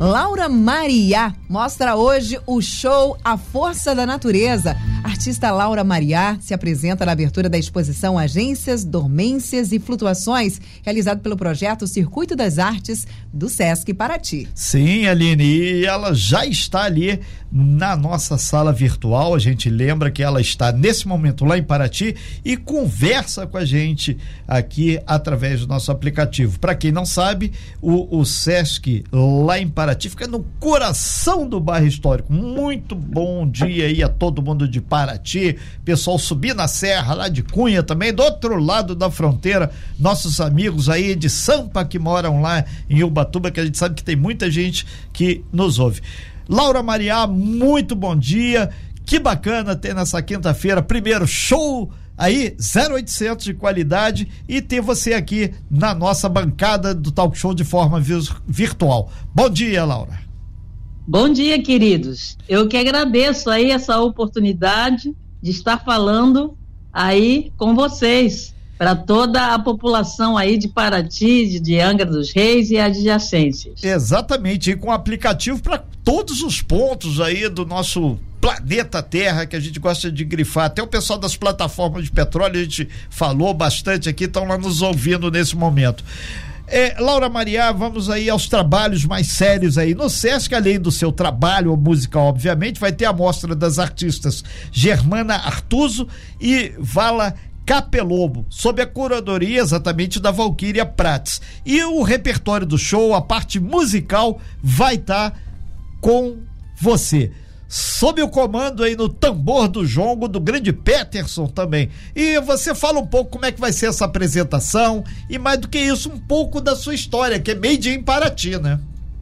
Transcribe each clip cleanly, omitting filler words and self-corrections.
Laura Mariá mostra hoje o show A Força da Natureza. A artista Laura Mariá se apresenta na abertura da exposição Agências, Dormências e Flutuações, realizado pelo projeto Circuito das Artes do Sesc Paraty. Sim, Aline, e ela já está ali na nossa sala virtual. A gente lembra que ela está nesse momento lá em Paraty e conversa com a gente aqui através do nosso aplicativo. Para quem não sabe, o Sesc lá em Paraty fica no coração do bairro histórico. Muito bom dia aí a todo mundo de Paraty, pessoal subir na serra lá de Cunha também, do outro lado da fronteira, nossos amigos aí de Sampa que moram lá em Ubatuba, que a gente sabe que tem muita gente que nos ouve. Laura Mariá, muito bom dia, que bacana ter nessa quinta-feira, primeiro show aí, 0800 de qualidade, e ter você aqui na nossa bancada do Talk Show de forma virtual. Bom dia, Laura. Bom dia, queridos. Eu que agradeço aí essa oportunidade de estar falando aí com vocês, para toda a população aí de Paraty, de Angra dos Reis e adjacências. Exatamente, e com aplicativo para todos os pontos aí do nosso planeta Terra, que a gente gosta de grifar. Até o pessoal das plataformas de petróleo, a gente falou bastante aqui, estão lá nos ouvindo nesse momento. Laura Mariá, vamos aí aos trabalhos mais sérios aí no Sesc. Além do seu trabalho musical, obviamente, vai ter a mostra das artistas Germana Artuso e Vala Capelobo, sob a curadoria exatamente da Valquíria Prates. E o repertório do show, a parte musical, vai estar com você, sob o comando aí no tambor do jongo do grande Peterson também. E você fala um pouco como é que vai ser essa apresentação e, mais do que isso, um pouco da sua história, que é made in Paraty, né?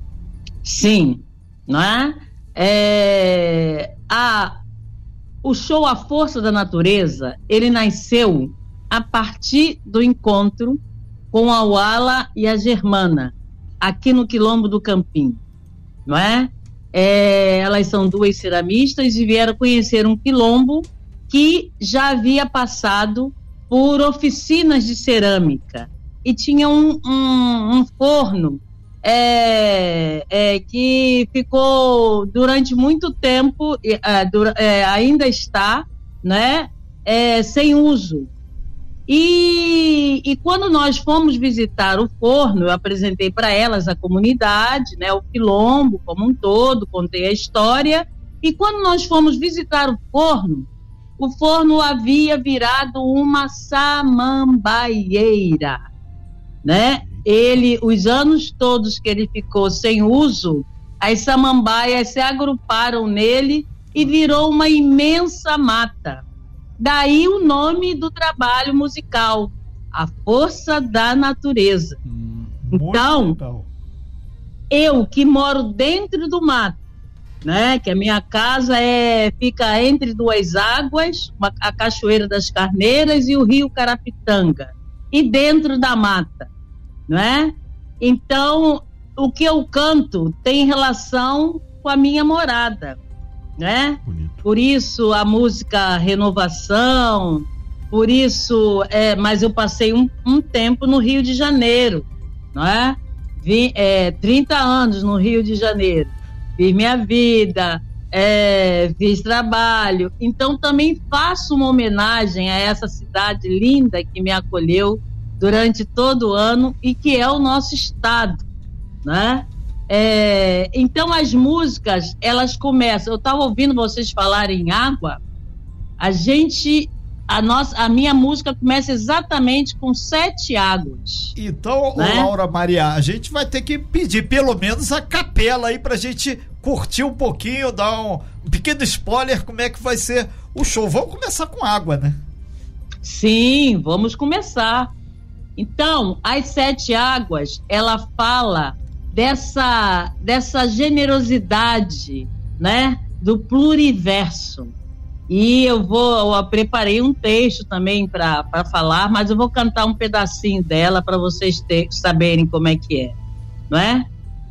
Sim, não é? O show A Força da Natureza, ele nasceu a partir do encontro com a Wala e a Germana, aqui no Quilombo do Campim, não é? Elas são duas ceramistas e vieram conhecer um quilombo que já havia passado por oficinas de cerâmica e tinha um forno que ficou durante muito tempo, ainda está, né, sem uso. E quando nós fomos visitar o forno, eu apresentei para elas a comunidade, né, o quilombo como um todo, contei a história. E quando nós fomos visitar o forno havia virado uma samambaieira, né? Os anos todos que ele ficou sem uso, as samambaias se agruparam nele e virou uma imensa mata. Daí o nome do trabalho musical, A Força da Natureza. Então, legal. Eu que moro dentro do mato, né, que a minha casa fica entre duas águas, a Cachoeira das Carneiras e o Rio Carapitanga, e dentro da mata, né? Então, o que eu canto tem relação com a minha morada, né? Bonito. Por isso a música Renovação, por isso, mas eu passei um tempo no Rio de Janeiro, não é? 30 anos no Rio de Janeiro, fiz minha vida, fiz trabalho, então também faço uma homenagem a essa cidade linda que me acolheu durante todo o ano e que é o nosso estado, né? Então as músicas, elas começam, eu estava ouvindo vocês falarem em água, a minha música começa exatamente com 7 águas. Então, né? Laura Mariá, a gente vai ter que pedir pelo menos a capela aí pra gente curtir um pouquinho, dar um pequeno spoiler como é que vai ser o show. Vamos começar com água, né? Sim, vamos começar. Então, as 7 águas, ela fala dessa generosidade, né, do pluriverso. E eu preparei um texto também para falar, mas eu vou cantar um pedacinho dela para vocês saberem como é que é, não é?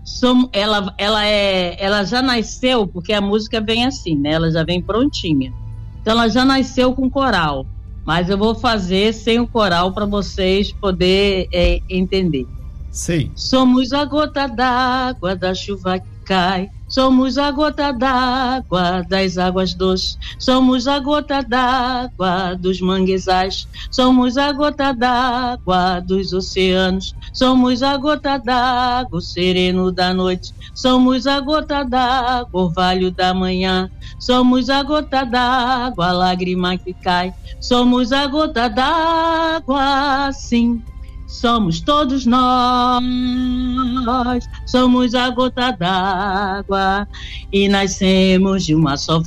Ela já nasceu, porque a música vem assim, né? Ela já vem prontinha. Então ela já nasceu com coral, mas eu vou fazer sem o coral para vocês poderem entender. Sim. Somos a gota d'água da chuva que cai, somos a gota d'água das águas doces, somos a gota d'água dos manguezais, somos a gota d'água dos oceanos, somos a gota d'água, o sereno da noite, somos a gota d'água, orvalho da manhã, somos a gota d'água, a lágrima que cai, somos a gota d'água, sim. Somos todos nós, somos a gota d'água e nascemos de uma só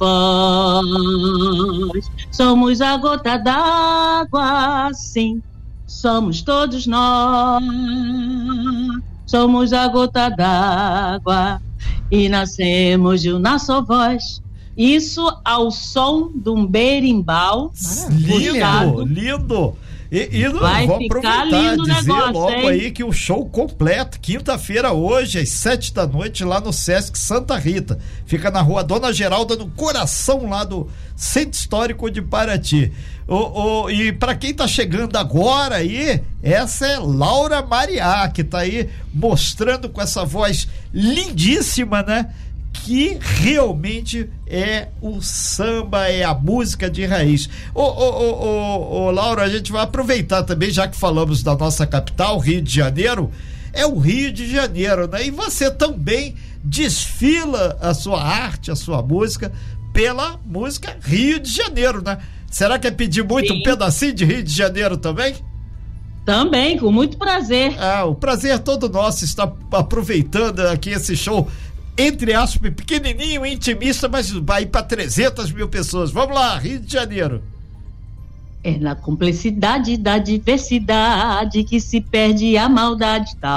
voz. Somos a gota d'água, sim, somos todos nós. Somos a gota d'água e nascemos de uma só voz. Isso ao som de um berimbau. Lindo, lindo. E vai vou aproveitar e dizer negócio, logo hein? aí que o show completo, quinta-feira hoje, às 7h, lá no Sesc Santa Rita. Fica na rua Dona Geralda, no coração lá do Centro Histórico de Paraty. E para quem tá chegando agora aí, essa é Laura Mariá, que tá aí mostrando com essa voz lindíssima, né? Que realmente é o samba, é a música de raiz. Laura, a gente vai aproveitar também, já que falamos da nossa capital, Rio de Janeiro, é o Rio de Janeiro, né? E você também desfila a sua arte, a sua música, pela música Rio de Janeiro, né? Será que é pedir muito um pedacinho de Rio de Janeiro também? Também, com muito prazer. O prazer é todo nosso estar aproveitando aqui esse show, entre aspas, pequenininho, intimista, mas vai para 300 mil pessoas. Vamos lá, Rio de Janeiro. É na complexidade da diversidade que se perde a maldade da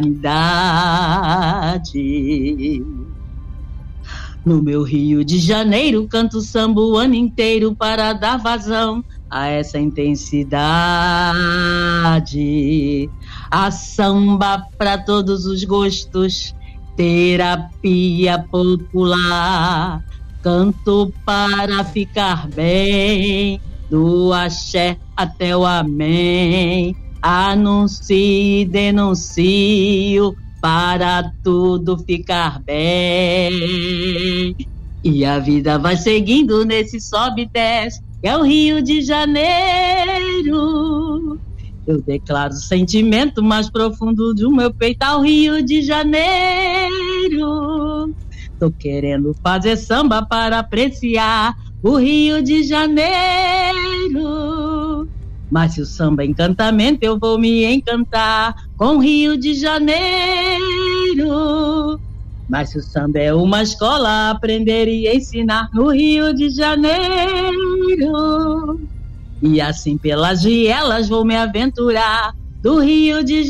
humanidade. No meu Rio de Janeiro canto samba o ano inteiro para dar vazão a essa intensidade. A samba para todos os gostos, terapia popular, canto para ficar bem, do axé até o amém, anuncio e denuncio para tudo ficar bem. E a vida vai seguindo nesse sobe e desce, é o Rio de Janeiro. Eu declaro o sentimento mais profundo do meu peito ao Rio de Janeiro. Tô querendo fazer samba para apreciar o Rio de Janeiro. Mas se o samba é encantamento, eu vou me encantar com o Rio de Janeiro. Mas se o samba é uma escola, aprender e ensinar no Rio de Janeiro. E assim pelas vielas vou me aventurar do Rio de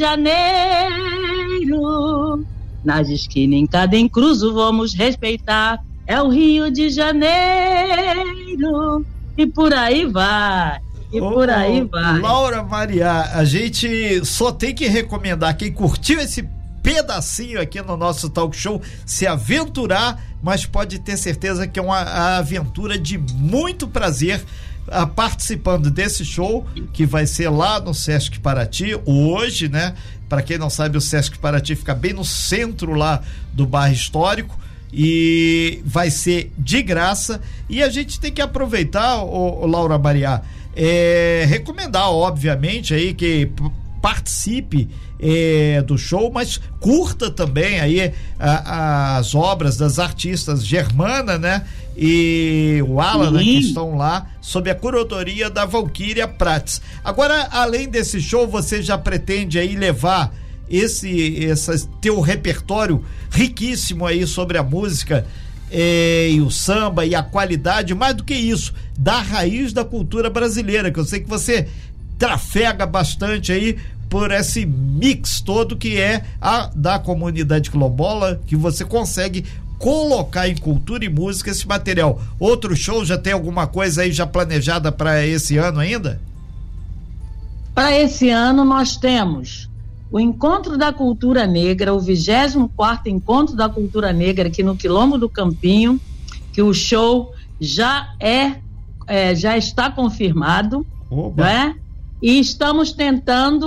Janeiro. Nas esquinas, em cada encruzo, vamos respeitar, é o Rio de Janeiro. E por aí vai, por aí vai. Laura Mariá, a gente só tem que recomendar quem curtiu esse pedacinho aqui no nosso talk show, se aventurar, mas pode ter certeza que é uma aventura de muito prazer, participando desse show que vai ser lá no Sesc Paraty hoje, né? Para quem não sabe, o Sesc Paraty fica bem no centro lá do bairro histórico e vai ser de graça. E a gente tem que aproveitar, Laura Mariá, recomendar, obviamente, aí que participe do show, mas curta também aí as obras das artistas Germana, né? E o Alan, né, que estão lá sob a curadoria da Valquíria Prates. Agora, além desse show, você já pretende aí levar esse teu repertório riquíssimo aí sobre a música e o samba e a qualidade, mais do que isso, da raiz da cultura brasileira, que eu sei que você trafega bastante aí por esse mix todo que é a da comunidade quilombola, que você consegue colocar em cultura e música esse material. Outro show, já tem alguma coisa aí já planejada para esse ano ainda? Para esse ano nós temos o Encontro da Cultura Negra, o 24º Encontro da Cultura Negra aqui no Quilombo do Campinho, que o show já já está confirmado, né? E estamos tentando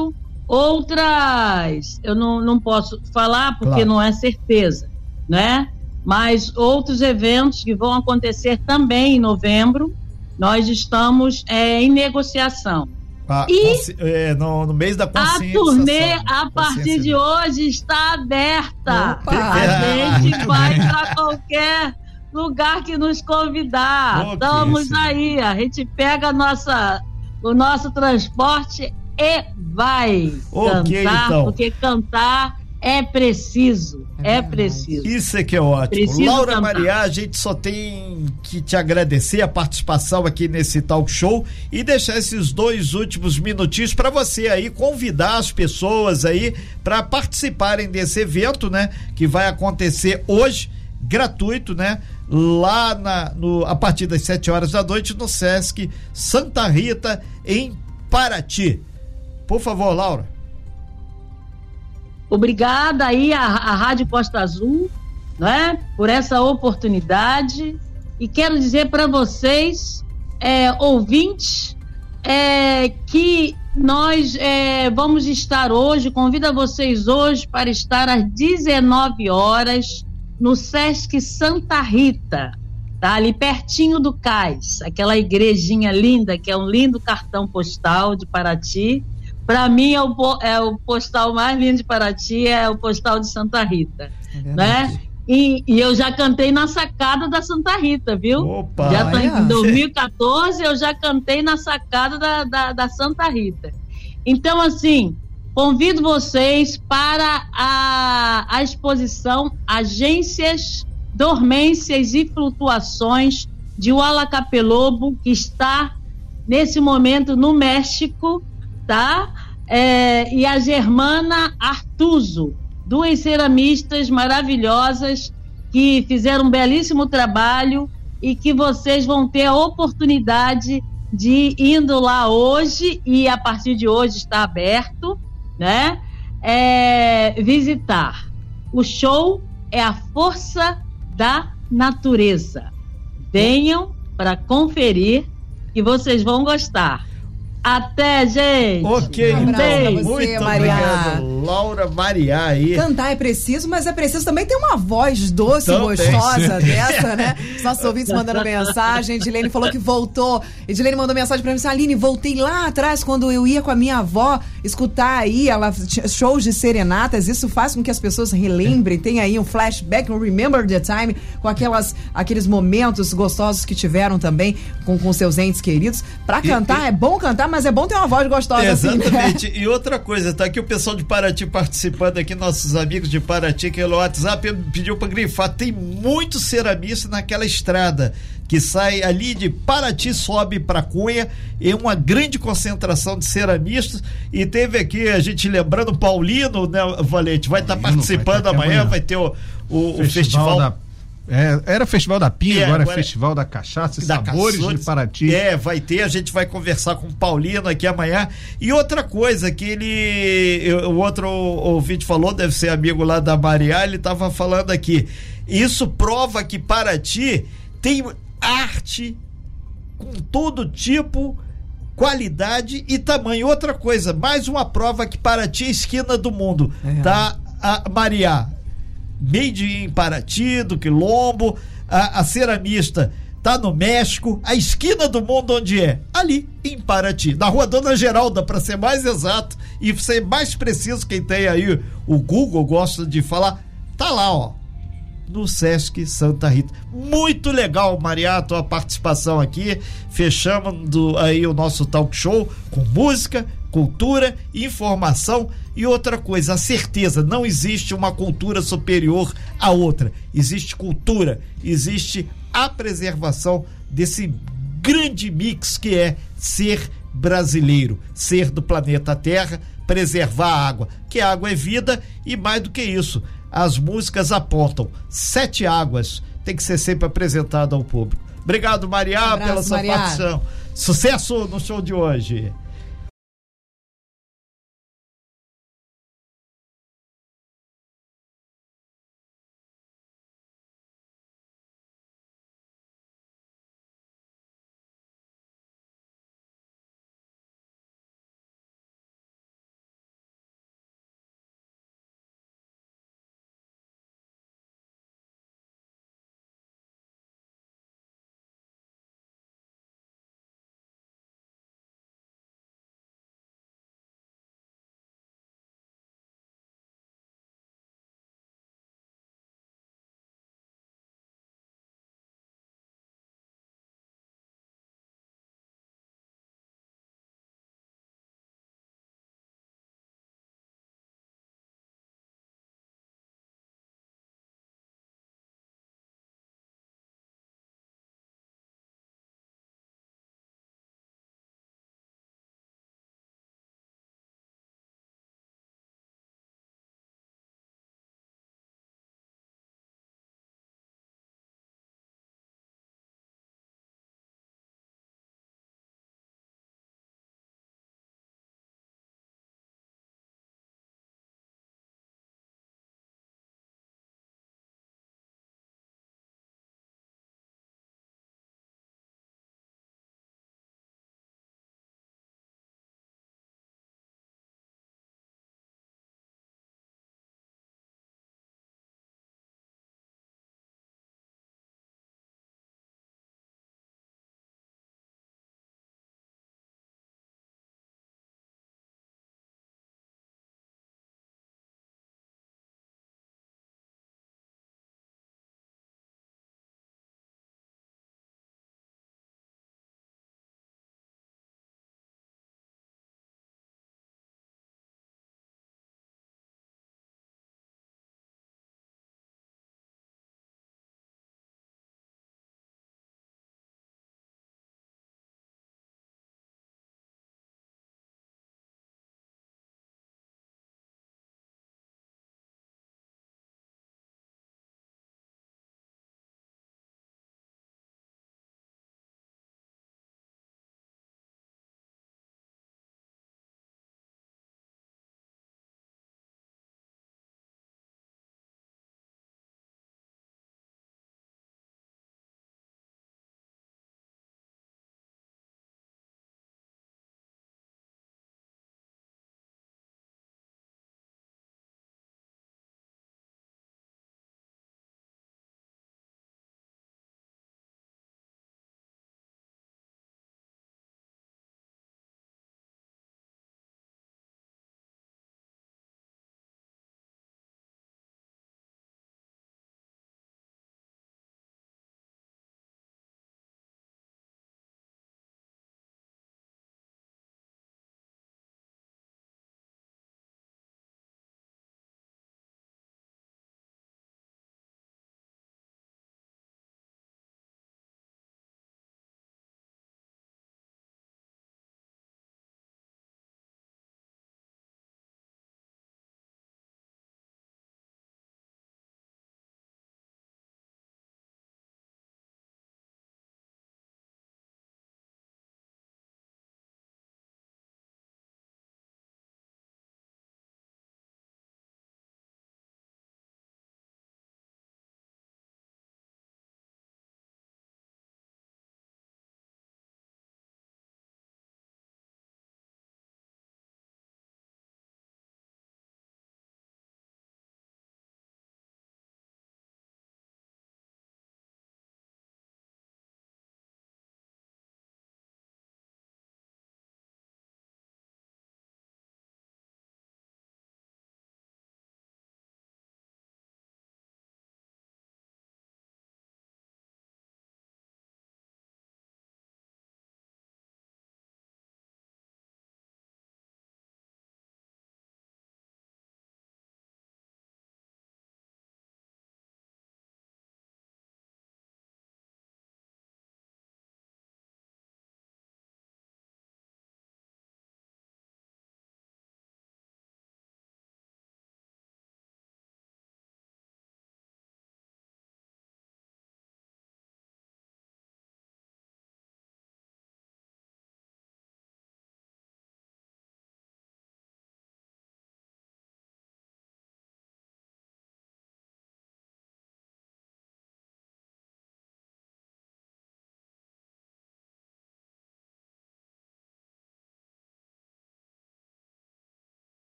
Outras, eu não posso falar porque não é certeza, né? Mas outros eventos que vão acontecer também em novembro, nós estamos em negociação. No mês da consciência. A turnê, a partir de hoje, está aberta. Opa! A gente vai para qualquer lugar que nos convidar. Estamos aí. A gente pega o nosso transporte e vai cantar, então. Porque cantar é preciso. É preciso. Isso é que é ótimo. Preciso Laura cantar. Mariá, a gente só tem que te agradecer a participação aqui nesse talk show e deixar esses 2 últimos minutinhos para você aí convidar as pessoas aí para participarem desse evento, né? Que vai acontecer hoje, gratuito, né? Lá a partir das 7 horas da noite no Sesc Santa Rita, em Paraty. Por favor, Laura. Obrigada aí à Rádio Costa Azul, né, por essa oportunidade, e quero dizer para vocês, ouvintes, que nós vamos estar hoje, convido a vocês hoje para estar às 19 horas no Sesc Santa Rita, tá? Ali pertinho do Cais, aquela igrejinha linda, que é um lindo cartão postal de Paraty. Para mim é o postal mais lindo de Paraty, é o postal de Santa Rita, né? E eu já cantei na sacada da Santa Rita, viu? Opa, em 2014 eu já cantei na sacada da Santa Rita. Então, assim, convido vocês para a exposição Agências, Dormências e Flutuações de Uala Capelobo, que está nesse momento no México, tá? E a Germana Artuso, 2 ceramistas maravilhosas que fizeram um belíssimo trabalho e que vocês vão ter a oportunidade de indo lá hoje, e a partir de hoje está aberto, né? Visitar. O show é a Força da Natureza. Venham para conferir que vocês vão gostar. Até, gente! Ok, um abraço pra você, muito Mariá. obrigado, Laura Mariá aí. Cantar é preciso, mas é preciso também ter uma voz doce e gostosa dessa, né? Os nossos ouvintes mandando mensagem. Edilene falou que voltou. Edilene mandou mensagem pra mim assim: Aline, voltei lá atrás quando eu ia com a minha avó escutar aí shows de serenatas. Isso faz com que as pessoas relembrem, tem aí um flashback, um remember the time, com aqueles momentos gostosos que tiveram também com seus entes queridos. Pra cantar, é bom cantar, mas é bom ter uma voz gostosa. Exatamente. Assim, né? E outra coisa, tá aqui o pessoal de Paraty participando aqui, nossos amigos de Paraty, que no WhatsApp pediu pra grifar. Tem muito ceramista naquela estrada que sai ali de Paraty, sobe para Cunha, e uma grande concentração de ceramistas. E teve aqui, a gente lembrando, o Paulino, né, Valente, vai estar participando amanhã, vai ter o festival era Festival da Pinga, agora é Festival da Cachaça e Sabores de Paraty. Vai ter, a gente vai conversar com o Paulino aqui amanhã. E outra coisa que o outro ouvinte falou, deve ser amigo lá da Mariá, ele estava falando aqui, isso prova que Paraty tem arte com todo tipo, qualidade e tamanho. Outra coisa, mais uma prova que Paraty é a esquina do mundo, tá? A Mariá, made em Paraty, do Quilombo, a ceramista tá no México, a esquina do mundo onde é? Ali, em Paraty, na Rua Dona Geralda, para ser mais exato e ser mais preciso, quem tem aí o Google gosta de falar, tá lá, ó, no Sesc Santa Rita. Muito legal, Mariá, a tua participação aqui. Fechamos aí o nosso talk show com música, cultura, informação e outra coisa, a certeza, não existe uma cultura superior à outra, existe cultura, existe a preservação desse grande mix que é ser brasileiro, ser do planeta Terra, preservar a água, que a água é vida e mais do que isso, as músicas apontam 7 águas, tem que ser sempre apresentado ao público. Obrigado, Mariá, pela sua participação. Sucesso no show de hoje.